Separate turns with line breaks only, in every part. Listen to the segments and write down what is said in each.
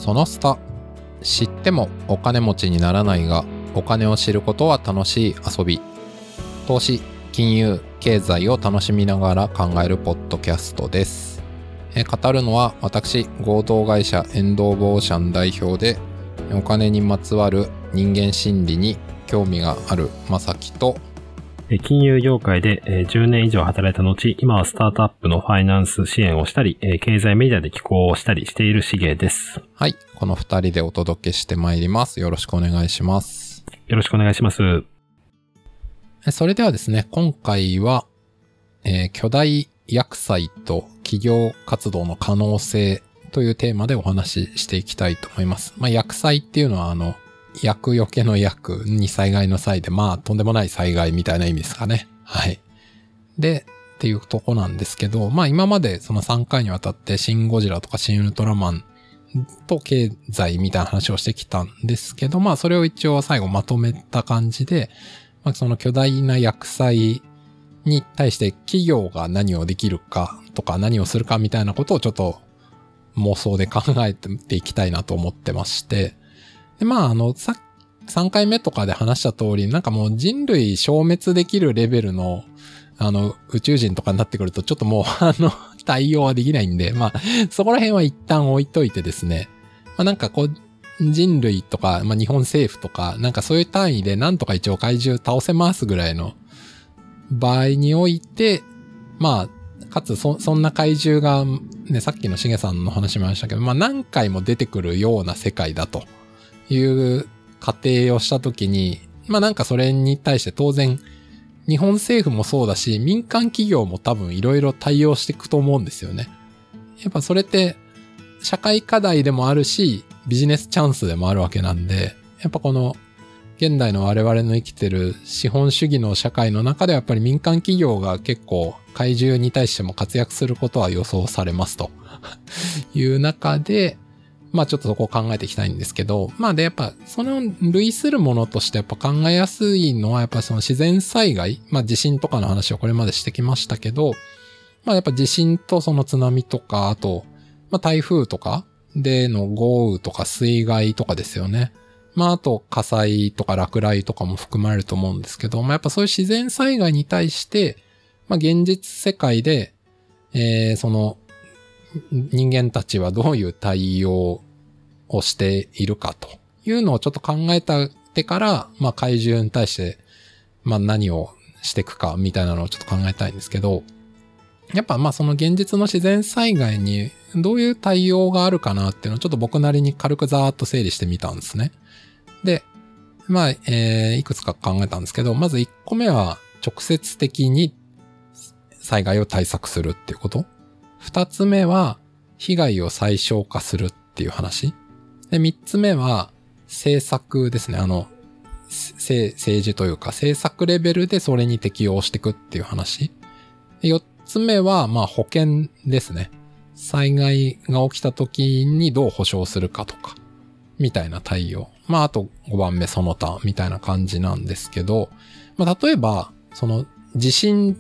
そのスタ。知ってもお金持ちにならないが、お金を知ることは楽しい遊び。投資、金融、経済を楽しみながら考えるポッドキャストです。語るのは私、合同会社エンドオブオーシャン代表で、お金にまつわる人間心理に興味があるまさきと、
金融業界で10年以上働いた後、今はスタートアップのファイナンス支援をしたり、経済メディアで寄稿をしたりしているしげです。
はい、この2人でお届けしてまいります。よろしくお願いします。
よろしくお願いします。
それではですね、今回は、巨大厄災と企業活動の可能性というテーマでお話ししていきたいと思います。厄災っていうのは厄除けの厄に災害の際で、とんでもない災害みたいな意味ですかね。はい。で、っていうとこなんですけど、今までその3回にわたってシン・ゴジラとかシン・ウルトラマンと経済みたいな話をしてきたんですけど、それを一応最後まとめた感じで、その巨大な厄災に対して企業が何をできるかとか何をするかみたいなことをちょっと妄想で考えていきたいなと思ってまして、で、3回目とかで話した通り、もう人類消滅できるレベルの、宇宙人とかになってくると、ちょっともう、対応はできないんで、そこら辺は一旦置いといてですね。人類とか、日本政府とか、そういう単位でなんとか一応怪獣倒せますぐらいの場合において、かつそんな怪獣が、ね、さっきのしげさんの話もありましたけど、何回も出てくるような世界だと。いう仮定をしたときに、それに対して当然、日本政府もそうだし、民間企業も多分いろいろ対応していくと思うんですよね。やっぱそれって、社会課題でもあるし、ビジネスチャンスでもあるわけなんで、やっぱこの、現代の我々の生きてる資本主義の社会の中ではやっぱり民間企業が結構怪獣に対しても活躍することは予想されますという中で、ちょっとそこを考えていきたいんですけど、で、やっぱ、その類するものとしてやっぱ考えやすいのは、やっぱその自然災害、地震とかの話をこれまでしてきましたけど、やっぱ地震とその津波とか、あと、台風とかでの豪雨とか水害とかですよね。あと火災とか落雷とかも含まれると思うんですけど、やっぱそういう自然災害に対して、現実世界で、その人間たちはどういう対応をしているかというのをちょっと考えてから、怪獣に対して、何をしていくかみたいなのをちょっと考えたいんですけど、やっぱその現実の自然災害にどういう対応があるかなっていうのをちょっと僕なりに軽くざーっと整理してみたんですね。で、いくつか考えたんですけど、まず1個目は直接的に災害を対策するっていうこと。2つ目は被害を最小化するっていう話。で、3つ目は政策ですね。政治というか政策レベルでそれに適応していくっていう話。で、4つ目は保険ですね。災害が起きた時にどう保障するかとか、みたいな対応。あと5番目その他みたいな感じなんですけど、例えば、その地震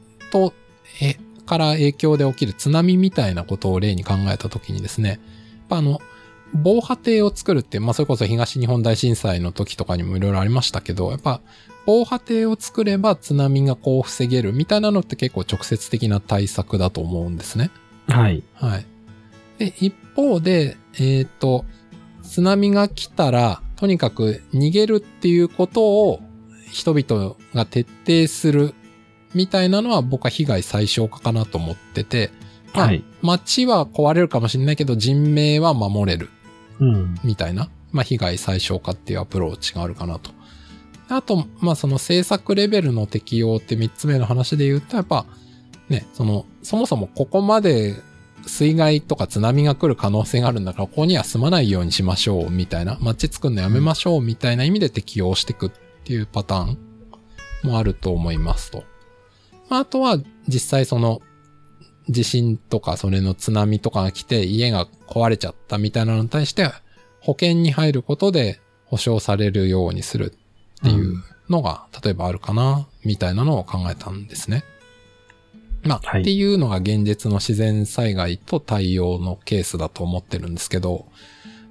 から影響で起きる津波みたいなことを例に考えたときにですね、防波堤を作るって、それこそ東日本大震災の時とかにもいろいろありましたけど、やっぱ防波堤を作れば津波が防げるみたいなのって結構直接的な対策だと思うんですね。
はい。
はい。で、一方で、津波が来たら、とにかく逃げるっていうことを人々が徹底するみたいなのは僕は被害最小化かなと思ってて、
はい。
街は壊れるかもしれないけど人命は守れる。みたいな、被害最小化っていうアプローチがあるかなと。あと、その政策レベルの適用って3つ目の話で言うと、やっぱ、ね、そもそもここまで水害とか津波が来る可能性があるんだから、ここには住まないようにしましょう、みたいな。街作るのやめましょう、みたいな意味で適用していくっていうパターンもあると思いますと。あとは、実際その、地震とかそれの津波とかが来て家が壊れちゃったみたいなのに対して保険に入ることで保証されるようにするっていうのが例えばあるかなみたいなのを考えたんですね。っていうのが現実の自然災害と対応のケースだと思ってるんですけど、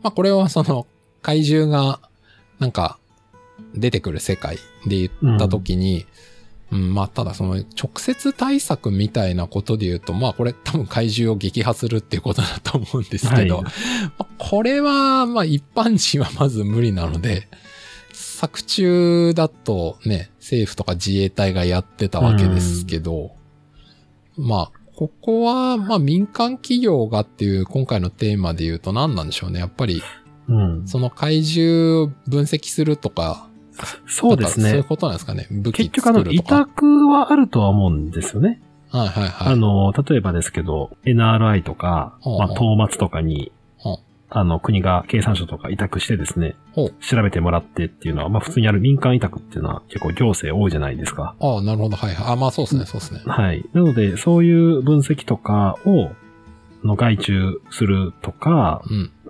まあこれはその怪獣がなんか出てくる世界で言った時に、まあただその直接対策みたいなことで言うと、まあこれ多分怪獣を撃破するっていうことだと思うんですけど、まあ、これはまあ一般人はまず無理なので、作中だとね、政府とか自衛隊がやってたわけですけど、まあここはまあ民間企業がっていう今回のテーマで言うと何なんでしょうね。やっぱり、その怪獣を分析するとか、
そうですね。
そういうことなんですかね。武器作るとか。
結局委託はあるとは思うんですよね。
はいはいはい。
例えばですけど、NRI とか、まあ、東松とかに、国が経産省とか委託してですね、調べてもらってっていうのは、まあ普通にある民間委託っていうのは結構行政多いじゃないですか。
ああ、なるほど。はいはい。あ、まあそうですね、そうですね。
はい。なので、そういう分析とかを、外注するとか、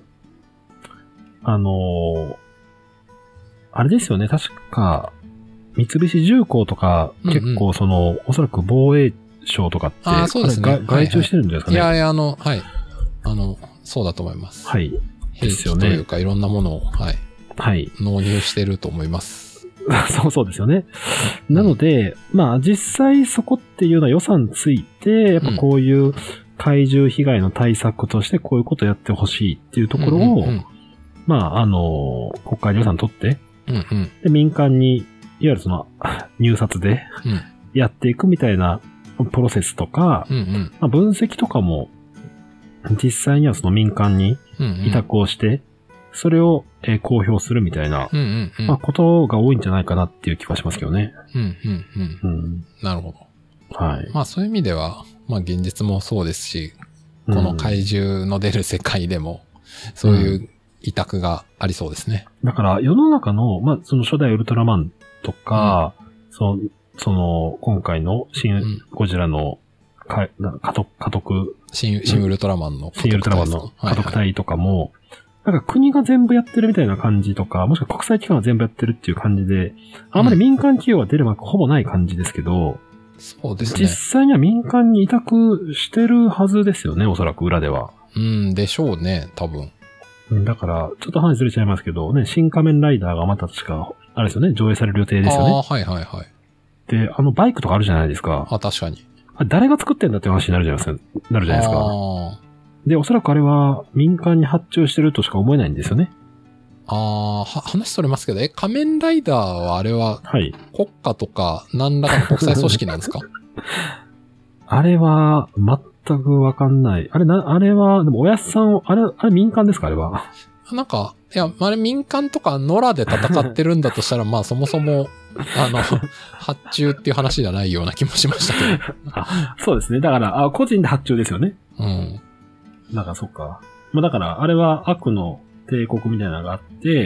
あれですよね、確か、三菱重工とか、結構おそらく防衛省とかって、
そうですね。
外注してるんですかね。
いや、はい。そうだと思います。
はい。
兵器というか、いろんなものを、
はい。
納入してると思います。
そうですよね。なので、まあ、実際そこっていうのは予算ついて、やっぱこういう怪獣被害の対策としてこういうことやってほしいっていうところを、まあ、国会で予算取って、で民間に、いわゆる入札でやっていくみたいなプロセスとか、まあ、分析とかも、実際には民間に委託をして、それを公表するみたいな、まあ、ことが多いんじゃないかなっていう気がしますけどね。
なるほど。
はい。
まあそういう意味では、まあ現実もそうですし、この怪獣の出る世界でも、そういう委託がありそうですね。
だから世の中の、まあ初代ウルトラマンとか、今回の新ゴジラの家督。
新ウルトラマンの
家督隊とかも、なんか国が全部やってるみたいな感じとか、もしくは国際機関が全部やってるっていう感じで、あんまり民間企業が出る幕ほぼない感じですけど、
そうですね。
実際には民間に委託してるはずですよね、おそらく裏では。
でしょうね、多分。
だから、ちょっと話ずれちゃいますけど、ね、新仮面ライダーがまた確か、あれですよね、上映される予定ですよね。
はいはいはい。
で、バイクとかあるじゃないですか。
確かに。
誰が作ってんだって話になるじゃないですか。で、おそらくあれは民間に発注してるとしか思えないんですよね。
話それますけど、仮面ライダーはあれは、国家とか何らかの国際組織なんですか？
あれは、全くわかんない。あれは、でもおやっさん、あれ民間ですかあれは。
なんか、いや、あれ民間とか野良で戦ってるんだとしたら、まあそもそも、発注っていう話じゃないような気もしましたけど。
そうですね。だから、個人で発注ですよね。だからそっか。まあだから、あれは悪の帝国みたいなのがあって、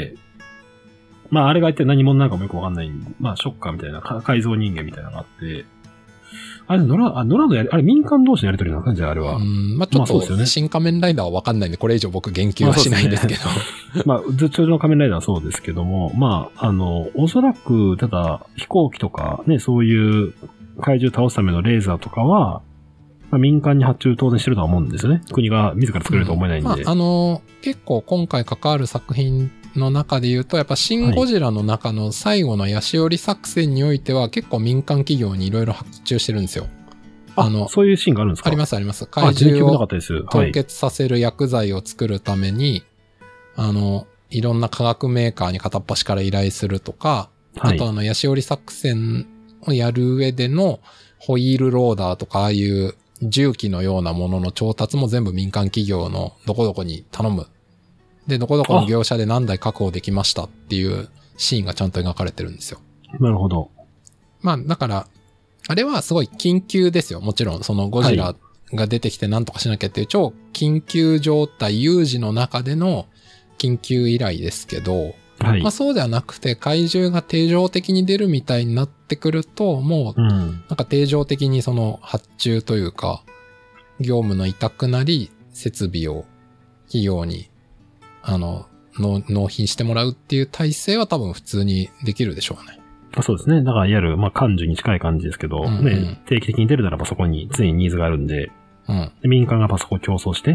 まああれが一体何者なのかもよくわかんないんで、まあショッカーみたいな、改造人間みたいなのがあって、あれ、野良のあれ民間同士のやりとりなのかじゃああれは。
まあちょっと、新仮面ライダーはわかんないんで、これ以上僕言及はしないんですけど。
まあ、通常の仮面ライダーはそうですけども、まあ、おそらく、ただ、飛行機とかね、そういう怪獣倒すためのレーザーとかは、まあ、民間に発注当然してるとは思うんですよね。国が自ら作れるとは思えないんで。
まあ、結構今回関わる作品の中で言うと、やっぱシン・ゴジラの中の最後のヤシオリ作戦においては、結構民間企業にいろいろ発注してるんですよ。
そういうシーンがあるんですか？
ありますあります。怪獣を
凍
結させる薬剤を作るために、いろんな化学メーカーに片っ端から依頼するとか、あとヤシオリ作戦をやる上でのホイールローダーとか、ああいう重機のようなものの調達も全部民間企業のどこどこに頼む。で、どこどこの業者で何台確保できましたっていうシーンがちゃんと描かれてるんですよ。
なるほど。
まあ、だから、あれはすごい緊急ですよ。もちろん、そのゴジラが出てきて何とかしなきゃっていう超緊急状態、有事の中での緊急依頼ですけど、まあそうではなくて怪獣が定常的に出るみたいになってくると、もう、なんか定常的にその発注というか、業務の委託なり、設備を企業に、納品してもらうっていう体制は多分普通にできるでしょうね。
そうですね。だからいわゆる、まあ、幹事に近い感じですけど、ね、定期的に出るならばそこに常にニーズがあるんで、民間がそこを競争して、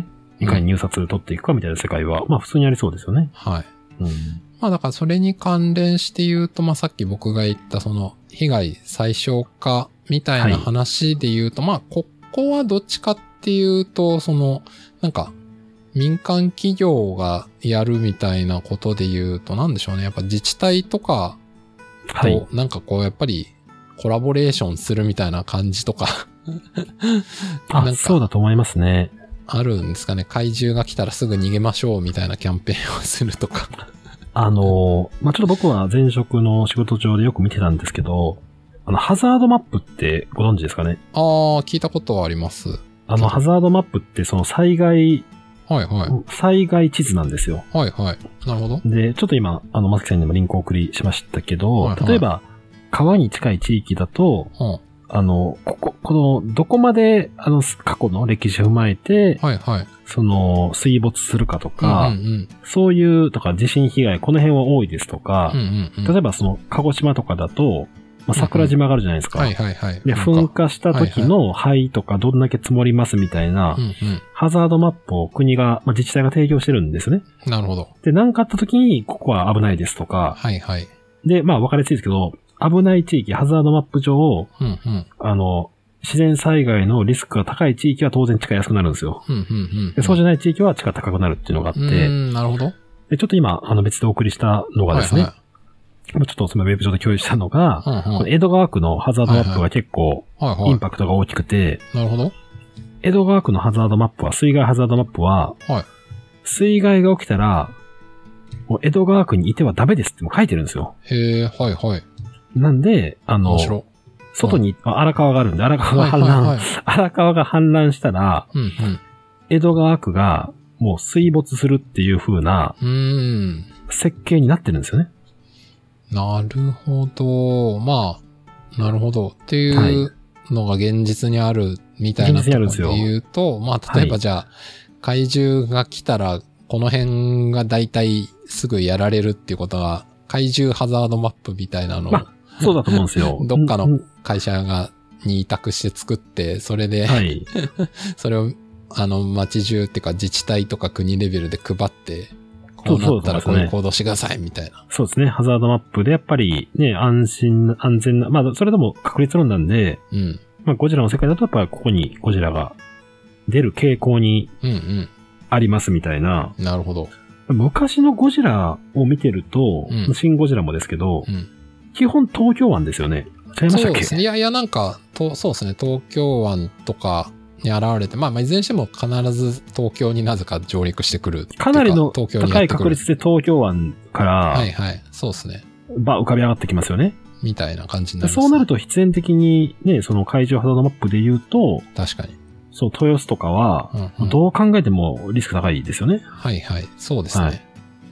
いかに入札取っていくかみたいな世界は、まあ普通にありそうですよね。
はい。
うん、
まあだからそれに関連して言うと、まあさっき僕が言ったその被害最小化みたいな話で言うと、まあここはどっちかっていうと、その、なんか民間企業がやるみたいなことで言うと、なんでしょうね。やっぱ自治体とかと、なんかこうやっぱりコラボレーションするみたいな感じとか
なんかそうだと思いますね。
あるんですかね。怪獣が来たらすぐ逃げましょうみたいなキャンペーンをするとか
まあ、ちょっと僕は前職の仕事上でよく見てたんですけど、ハザードマップってご存知ですかね？
ああ、聞いたことはあります。
ハザードマップってその災害地図なんですよ。
はいはい。なるほど。
で、ちょっと今、まさきさんにもリンクをお送りしましたけど、例えば、川に近い地域だと、この、どこまで、過去の歴史を踏まえて、その、水没するかとか、そういう、とか地震被害、この辺は多いですとか、例えばその、鹿児島とかだと、まあ、桜島があるじゃないですか。で、噴火した時の灰とかどんだけ積もりますみたいな、ハザードマップを国が、まあ、自治体が提供してるんですね。なるほど。で、何かあった時に、ここは危ないですとか、で、まあ、分かりやすいですけど、危ない地域、ハザードマップ上、自然災害のリスクが高い地域は当然地価安くなるんですよ。で、そうじゃない地域は地価高くなるっていうのがあって、なるほど。で、ちょっと今、別でお送りしたのがですね、ちょっとそのウェブ上で共有したのが、江戸川区のハザードマップが結構インパクトが大きくて、なるほど。江戸川区のハザードマップは、水害ハザードマップは、水害が起きたら、もう江戸川区にいてはダメですっても書いてるんですよ。へー、はいはい。なんで、外に荒川があるんで、荒川が氾濫したら、江戸川区がもう水没するっていう風な設計になってるんですよね。なるほど。まあ、なるほど。っていうのが現実にあるみたいなところで言うと、まあ、例えばじゃあ、怪獣が来たら、この辺が大体すぐやられるっていうことは、怪獣ハザードマップみたいなのを、そうだと思うんですよ。どっかの会社に委託して作って、それで、それを、町中っていうか自治体とか国レベルで配って、こうなったらこういう行動してくださいみたいな。そうですね。ハザードマップでやっぱりね、安全な、まあ、それでも確率論なんで、まあ、ゴジラの世界だとやっぱりここにゴジラが出る傾向にありますみたいな。なるほど。昔のゴジラを見てると、新ゴジラもですけど、基本東京湾ですよね。違いましたっけ？そうですね。いや、なんか、そうですね。東京湾とかに現れて、まあ、いずれにしても必ず東京になぜか上陸してくる。かなりの高い確率で東京湾から、そうですね。浮かび上がってきますよね。みたいな感じになります、ね。そうなると必然的にね、その海上ハザードマップで言うと、確かに。そう、豊洲とかは、どう考えてもリスク高いですよね。そうですね。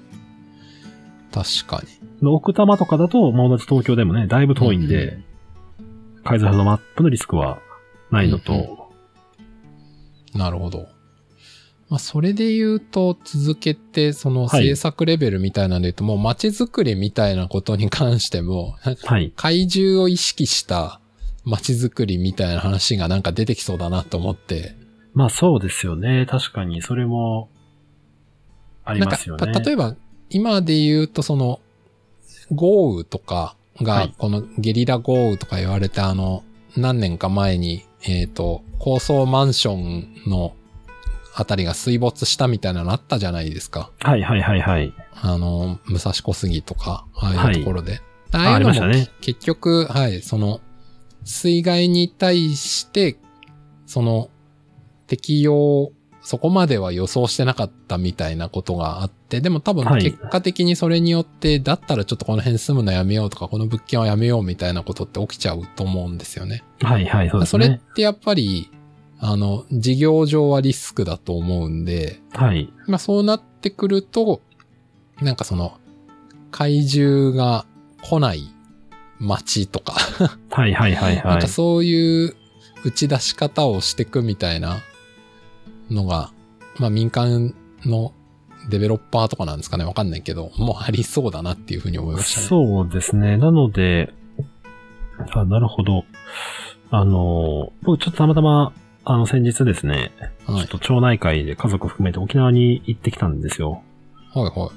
確かに。奥多摩とかだと、同じ東京でもね、だいぶ遠いんで、海上ハザードマップのリスクはないのと、なるほど。まあ、それで言うと、続けて、その政策レベルみたいなので言うと、もう街づくりみたいなことに関しても、怪獣を意識した街づくりみたいな話がなんか出てきそうだなと思って。まあそうですよね。確かに、それも、ありますよね。例えば、今で言うと、その、豪雨とかが、このゲリラ豪雨とか言われて、何年か前に、高層マンションのあたりが水没したみたいなのあったじゃないですか。武蔵小杉とか、ああいうところで。ああいうのも、結局、その、水害に対して、その、適用、そこまでは予想してなかったみたいなことがあって、でも多分結果的にそれによって、だったらちょっとこの辺住むのやめようとか、この物件はやめようみたいなことって起きちゃうと思うんですよね。そうですね。それってやっぱり、事業上はリスクだと思うんで、まあそうなってくると、なんかその、怪獣が来ない街とか、なんかそういう打ち出し方をしていくみたいなのが、まあ民間のデベロッパーとかなんですかね、わかんないけど、もうありそうだなっていうふうに思いましたね。そうですね。なので、なるほど。僕ちょっとたまたま先日ですね、ちょっと町内会で家族含めて沖縄に行ってきたんですよ。
はいはい。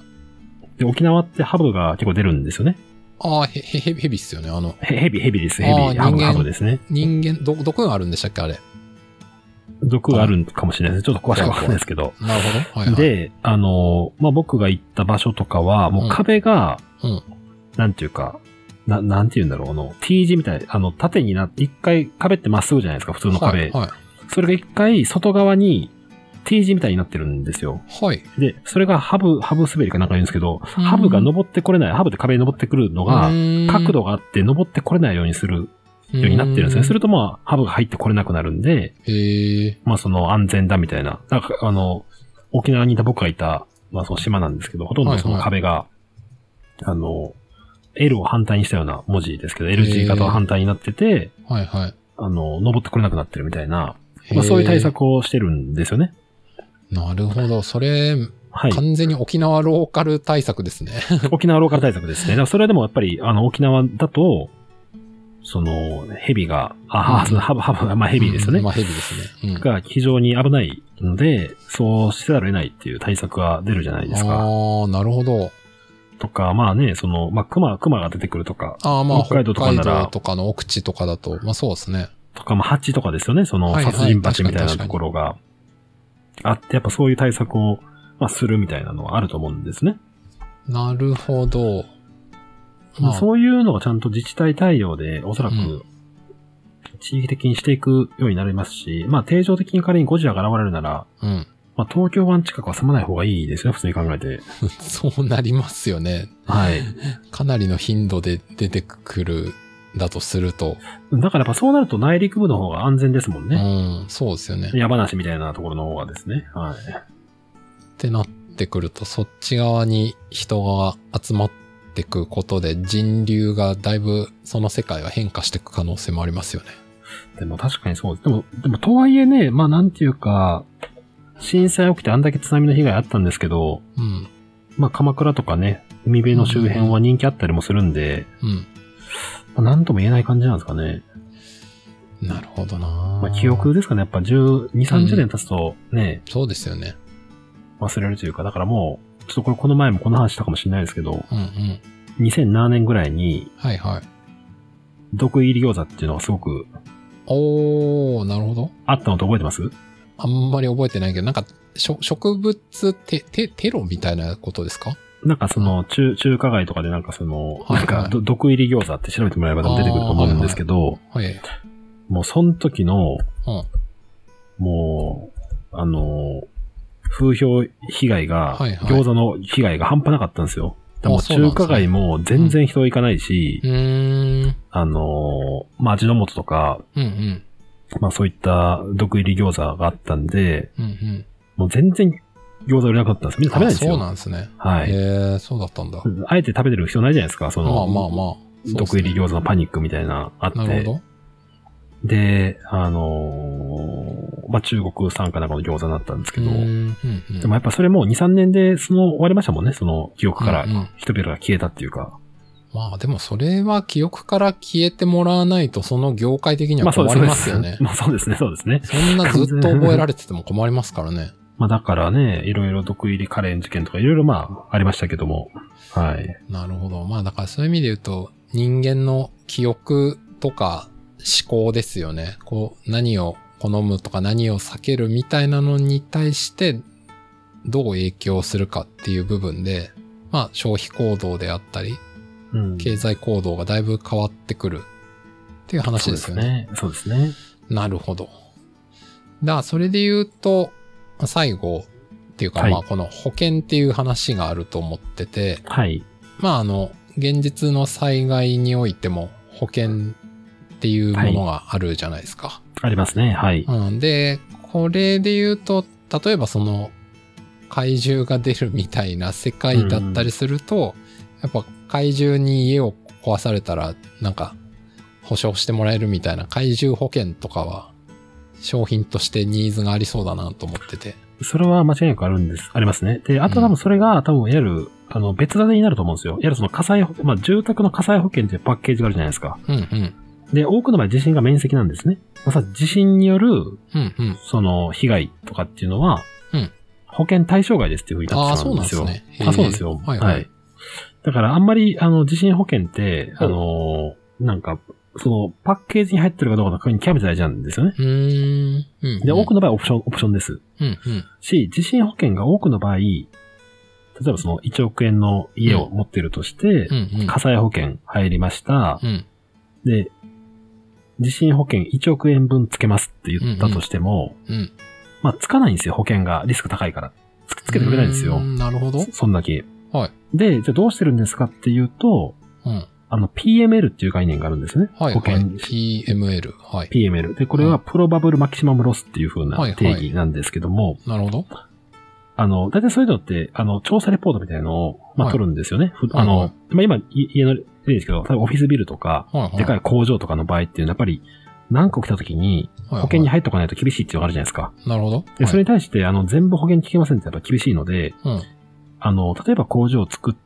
で、沖縄ってハブが結構出るんですよね。
ああ、ヘビっすよね、
ヘビです。ハブですね。
人間、毒があるんでしたっけ、あれ。
毒があるかもしれないです。ちょっと詳しくわかんないですけど。
なるほど。はいはい、
で、僕が行った場所とかは、もう壁が、なんていうか、なんていうんだろう、T 字みたい、縦になって、一回壁ってまっすぐじゃないですか、普通の壁。はい。それが一回外側に T 字みたいになってるんですよ。
はい。
で、それがハブ滑りかなんか言うんですけど、ハブが登ってこれない、ハブで壁に登ってくるのが、角度があって登ってこれないようにするようになってるんですね。するとまあ、ハブが入ってこれなくなるんで、まあその安全だみたいな。なんか沖縄にいた僕がいた、まあその島なんですけど、ほとんどその壁が、L を反対にしたような文字ですけど、L 字型は反対になってて、
はいはい。
登ってこれなくなってるみたいな、まあそういう対策をしてるんですよね。
なるほど。それ、はい、完全に沖縄ローカル対策ですね。
沖縄ローカル対策ですね。だからそれでもやっぱり、沖縄だと、ヘビが、ハブ、まあヘビですよね。
まあヘビですね。
が非常に危ないので、そうせざるを得ないっていう対策が出るじゃないですか。
ああ、なるほど。
とか、まあね、まあ熊が出てくるとか。
ああ、まあ
北海道とかなら。
北海道とかの奥地とかだと、まあそうですね。
とか、まあ蜂とかですよね。殺人蜂みたいなところがあって、やっぱそういう対策を、まあするみたいなのはあると思うんですね。
なるほど。
まあ、そういうのがちゃんと自治体対応で、おそらく、地域的にしていくようになりますし、まあ、定常的に仮にゴジラが現れるなら、まあ、東京湾近くは住まない方がいいですよ、普通に考えて。
そうなりますよね。
はい。
かなりの頻度で出てくる、だとすると。
だからやっぱそうなると内陸部の方が安全ですもんね。
そうですよね。
山梨みたいなところの方がですね。はい。
ってなってくると、そっち側に人が集まっていくことで人流がだいぶその世界が変化していく可能性もありますよね。
でも確かにそうです。でもとはいえね、まあなんていうか、震災起きてあんだけ津波の被害あったんですけど、まあ鎌倉とかね、海辺の周辺は人気あったりもするんで、まあ、なんとも言えない感じなんですかね。
なるほどな。
まあ記憶ですかね。やっぱ12、30年経つとね、
そうですよね。
忘れるというか、だからもう、ちょっとこの前もこの話したかもしれないですけど、2007年ぐらいに、毒入り餃子っていうのがすごく、
なるほど。
あったのって覚えてます？
あんまり覚えてないけど、なんか、植物テロみたいなことですか？
なんか中華街とかでなんかなんか毒入り餃子って調べてもらえば出てくると思うんですけど、もうその時の、もう、風評被害が、餃子の被害が半端なかったんですよ。でも中華街も全然人行かないし、まあ味の素とか、まあそういった毒入り餃子があったんで、もう全然餃子売れなかったんです。みんな食べないんですよ。
そうなんですね。
はい。
そうだったんだ。
あえて食べてる必要ないじゃないですか。
まあ。
毒入り餃子のパニックみたいなあって。
なるほど。
で、まあ、中国産かなんかの餃子だったんですけど、でもやっぱそれも2、3年で終わりましたもんね、その記憶から人々が消えたっていうか。
まあでもそれは記憶から消えてもらわないとその業界的には困りますよね。
まあそうですね。そ
んなずっと覚えられてても困りますからね。
まあだからね、いろいろ毒入りカレー事件とかいろいろまあありましたけども。はい。
なるほど。まあだからそういう意味で言うと人間の記憶とか思考ですよね。こう何を好むとか何を避けるみたいなのに対してどう影響するかっていう部分で、まあ消費行動であったり、経済行動がだいぶ変わってくるっていう話ですよね。
そうですね。
なるほど。だからそれで言うと、最後っていうか、まあこの保険っていう話があると思ってて、まあ現実の災害においても保険っていうものがあるじゃないですか。
ありますね。はい。
で、これで言うと、例えば怪獣が出るみたいな世界だったりすると、やっぱ怪獣に家を壊されたら、なんか、保証してもらえるみたいな怪獣保険とかは、商品としてニーズがありそうだなと思ってて。
それは間違いなくありますね。で、あと多分それが、多分いわゆる、別種になると思うんですよ。いわゆる火災、まあ住宅の火災保険っていうパッケージがあるじゃないですか。 で、多くの場合地震が面積なんですね。まあ、地震による、
うんうん。
その被害とかっていうのは、
うん。
保険対象外ですっていうふうになってしまうんですよ。
そうなんですね。
そうなんですよ。
はいはい。
だからあんまり、地震保険って、なんか、その、パッケージに入ってるかどうかの確認極めて大事なんですよね。で、多くの場合オプションです。し、地震保険が多くの場合、例えばその1億円の家を持っているとして、火災保険入りました。で、地震保険1億円分つけますって言ったとしても、まあ、つかないんですよ、保険が。リスク高いから。つけてくれないんですよ。
なるほど。
そんだけ。
はい。
で、じゃあどうしてるんですかっていうと、PML っていう概念があるんですね。
はい、
保険。
PML。はい。
PML。で、これはプロバブルマキシマムロスっていう風な定義なんですけども。
なるほど。
だいたいそういうのって、調査レポートみたいなのを、まあ、取るんですよね。まあ、今、家の例ですけど、例えばオフィスビルとか、でかい工場とかの場合っていうのは、やっぱり、何個来た時に、保険に入っとかないと厳しいっていうのがあるじゃないですか。
なるほど。
で、それに対して、全部保険に聞けませんってやっぱ厳しいので、例えば工場を作って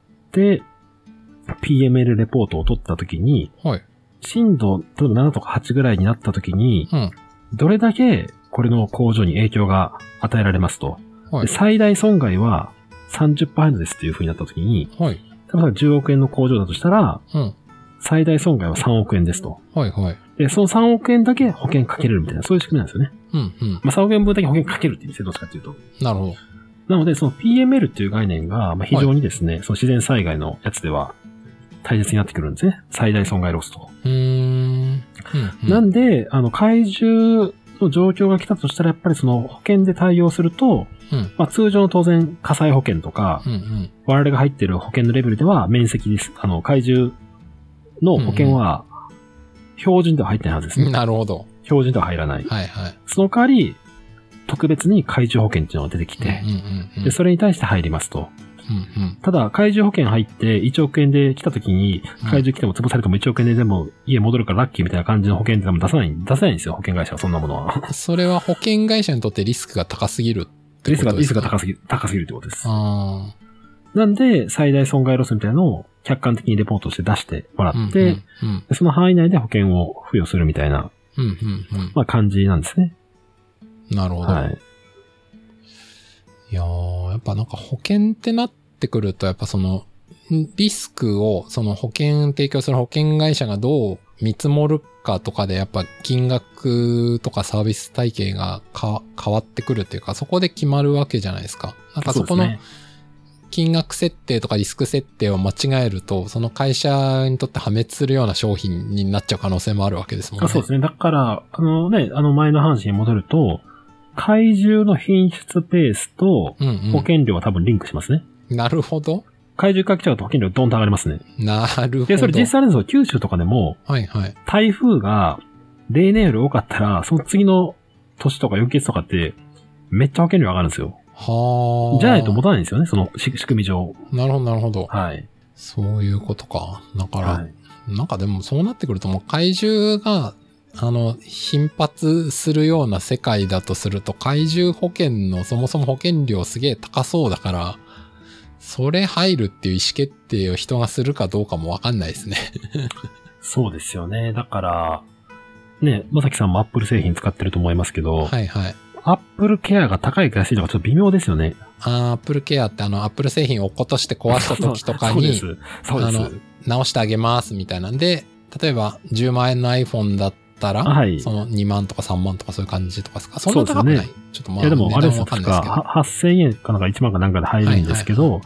、PML レポートを取った時に、震度、例えば7とか8ぐらいになった時に、どれだけこれの工場に影響が与えられますと。で最大損害は 30% ですっていう風になった時に、例えば10億円の工場だとしたら、最大損害は3億円ですと。で、その3億円だけ保険かけれるみたいな、そういう仕組みなんですよね。まあ3億円分だけ保険かけるっていうですよ、どっちかっていうと。
なるほど。
なので、その PML っていう概念が、まあ非常にですね、その自然災害のやつでは大切になってくるんですね。最大損害ロスと。なんで、怪獣の状況が来たとしたら、やっぱりその保険で対応すると、まあ通常の当然火災保険とか、我々が入っている保険のレベルでは面積です。怪獣の保険は標準では入ってないはずですね。
なるほど。
標準では入らない。その代わり、特別に怪獣保険っていうのが出てきて、で、それに対して入りますと。ただ、怪獣保険入って1億円で来た時に、怪獣来ても潰されても1億円で全部家戻るからラッキーみたいな感じの保険って出さないんですよ、保険会社はそんなものは。
それは保険会社にとってリスクが高すぎるってことですか？
リスクが高すぎるってことです。なんで、最大損害ロスみたいなのを客観的にレポートして出してもらって、その範囲内で保険を付与するみたいな、まあ感じなんですね。
なるほど。いやー、やっぱなんか保険ってなってくると、やっぱその、リスクを、その保険提供する保険会社がどう見積もるかとかで、やっぱ金額とかサービス体系が変わってくるっていうか、そこで決まるわけじゃないですか。なんかそこの金額設定とかリスク設定を間違えると、その会社にとって破滅するような商品になっちゃう可能性もあるわけですもんね。
そうですね。だから、前の話に戻ると、怪獣の品質ペースと保険料は多分リンクしますね。
なるほど。
怪獣が来ちゃうと保険料ドンと上がりますね。
なるほど。
で、それ実際ですよ、九州とかでも、台風が例年より多かったら、その次の年とか翌月とかって、めっちゃ保険料上がるんですよ。じゃないと持たないんですよね、その仕組み上。
なるほど、なるほど。
はい。
そういうことか。だから、なんかでもそうなってくるともう怪獣が、頻発するような世界だとすると、怪獣保険のそもそも保険料すげえ高そうだから、それ入るっていう意思決定を人がするかどうかもわかんないですね。
そうですよね。だから、ね、まさきさんもアップル製品使ってると思いますけど、アップルケアが高いか安いのかちょっと微妙ですよね。
アップルケアってアップル製品を落っことして壊した時とかに、直してあげますみたいなんで、例えば10万円の iPhone だったら、その2万とか3万とかそういう感じとかですか？そんな高くない？ちょっとまあ、いやでもあれですか、
8000円かなんか1万かなんかで入るんですけど、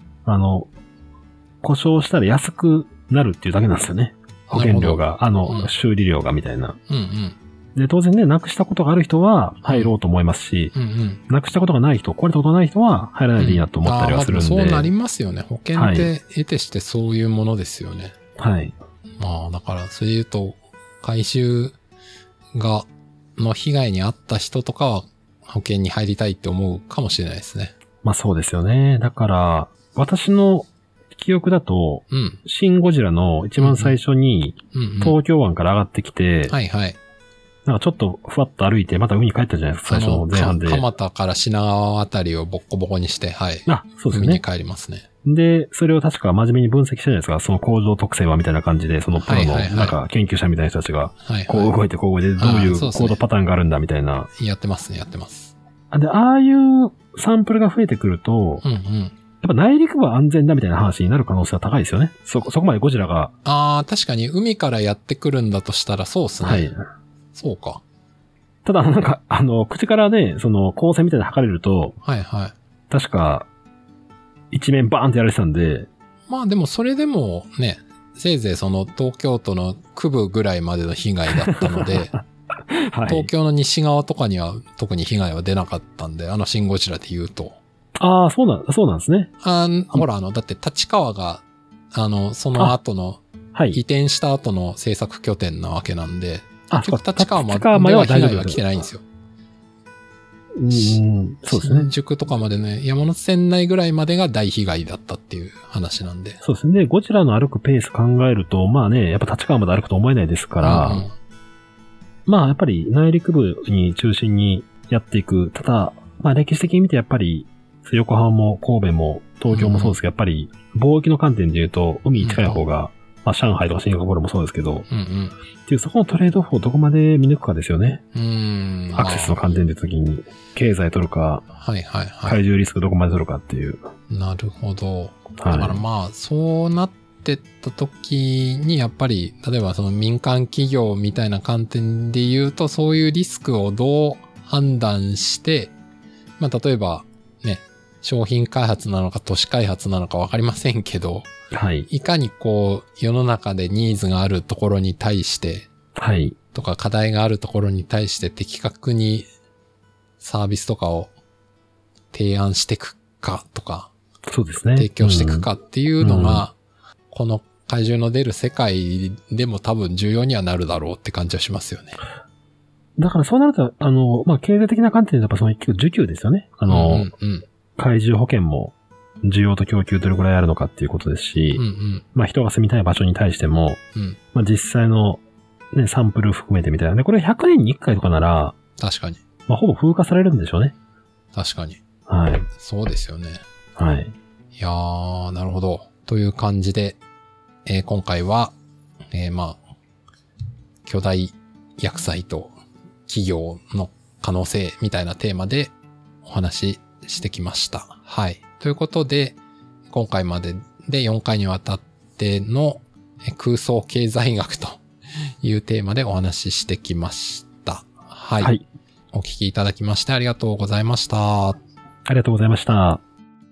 故障したら安くなるっていうだけなんですよね。保険料が、修理料がみたいな。で、当然ね、なくしたことがある人は入ろうと思いますし、なくしたことがない人、壊れたことがない人は入らないでいいなと思ったりはするんで。
そうなりますよね。保険って得てしてそういうものですよね。まあ、だから、それで言うと、回収の被害に遭った人とかは保険に入りたいって思うかもしれないですね。
まあそうですよね。だから、私の記憶だと、シン・ゴジラの一番最初に、東京湾から上がってきて、なんかちょっとふわっと歩いて、また海に帰ったじゃないですか、最初の前半で。
蒲田から品川あたりをボッコボコにして、そうですね。海に帰りますね。
で、それを確か真面目に分析したじゃないですか。その構造特性はみたいな感じで、そのプロのなんか研究者みたいな人たちが、こう動いてこう動いてどういうコードパターンがあるんだみたいな。
やってますね、やってます。
で、ああいうサンプルが増えてくると、やっぱ内陸部は安全だみたいな話になる可能性は高いですよね。そこまでゴジラが。
確かに海からやってくるんだとしたらそうですね。はい。そうか。
ただなんか、口からね、その光線みたいなの測れると、
はいはい。
確か、一面バーンってやられてたんで。
まあでもそれでもね、せいぜいその東京都の区部ぐらいまでの被害だったので、はい、東京の西側とかには特に被害は出なかったんで、シンゴジラで言うと。
ああ、そうなんですね。
ほら、だって立川が、その後の、移転した後の制作拠点なわけなんで、結局立川までは被害は来てないんですよ。
そうですね。
新宿とかまでね、山手線内ぐらいまでが大被害だったっていう話なんで。
そうですね。ゴジラの歩くペース考えると、まあね、やっぱ立川まで歩くと思えないですから、まあやっぱり内陸部に中心にやっていく。ただ、まあ歴史的に見てやっぱり、横浜も神戸も東京もそうですけど、やっぱり貿易の観点で言うと、海に近い方が、まあ上海とかシンガポールもそうですけど、っていうそこのトレードオフをどこまで見抜くかですよね。アクセスの観点で時に、経済取るか、怪獣リスクどこまで取るかっていう。
なるほど。だからまあ、そうなってった時に、やっぱり、例えばその民間企業みたいな観点で言うと、そういうリスクをどう判断して、まあ例えば、ね、商品開発なのか都市開発なのかわかりませんけど、いかにこう世の中でニーズがあるところに対して、とか課題があるところに対して的確にサービスとかを提案していくかとか、
そうですね。
提供していくかっていうのが、この怪獣の出る世界でも多分重要にはなるだろうって感じはしますよね。
だからそうなると、まあ、経済的な観点でやっぱその需給ですよね。怪獣保険も需要と供給どれくらいあるのかっていうことですし、まあ人が住みたい場所に対しても、まあ実際のね、サンプル含めてみたいなね、これ100年に1回とかなら、
確かに。
まあほぼ風化されるんでしょうね。
確かに。
はい。
そうですよね。
はい。
いやー、なるほど。という感じで、今回は、まあ、巨大薬剤と企業の可能性みたいなテーマでお話ししてきました。はい。ということで、今回までで4回にわたっての空想経済学というテーマでお話ししてきました。はい。はい、お聞きいただきましてありがとうございました。
ありがとうございました。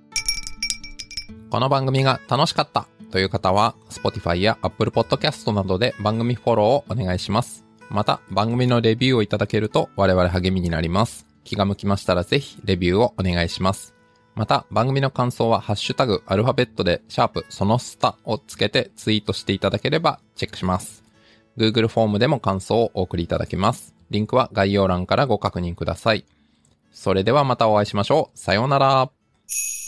この番組が楽しかったという方は、Spotify や Apple Podcast などで番組フォローをお願いします。また、番組のレビューをいただけると我々励みになります。気が向きましたらぜひレビューをお願いします。また、番組の感想はハッシュタグアルファベットでそのスタをつけてツイートしていただければチェックします。Google フォームでも感想をお送りいただけます。リンクは概要欄からご確認ください。それではまたお会いしましょう。さようなら。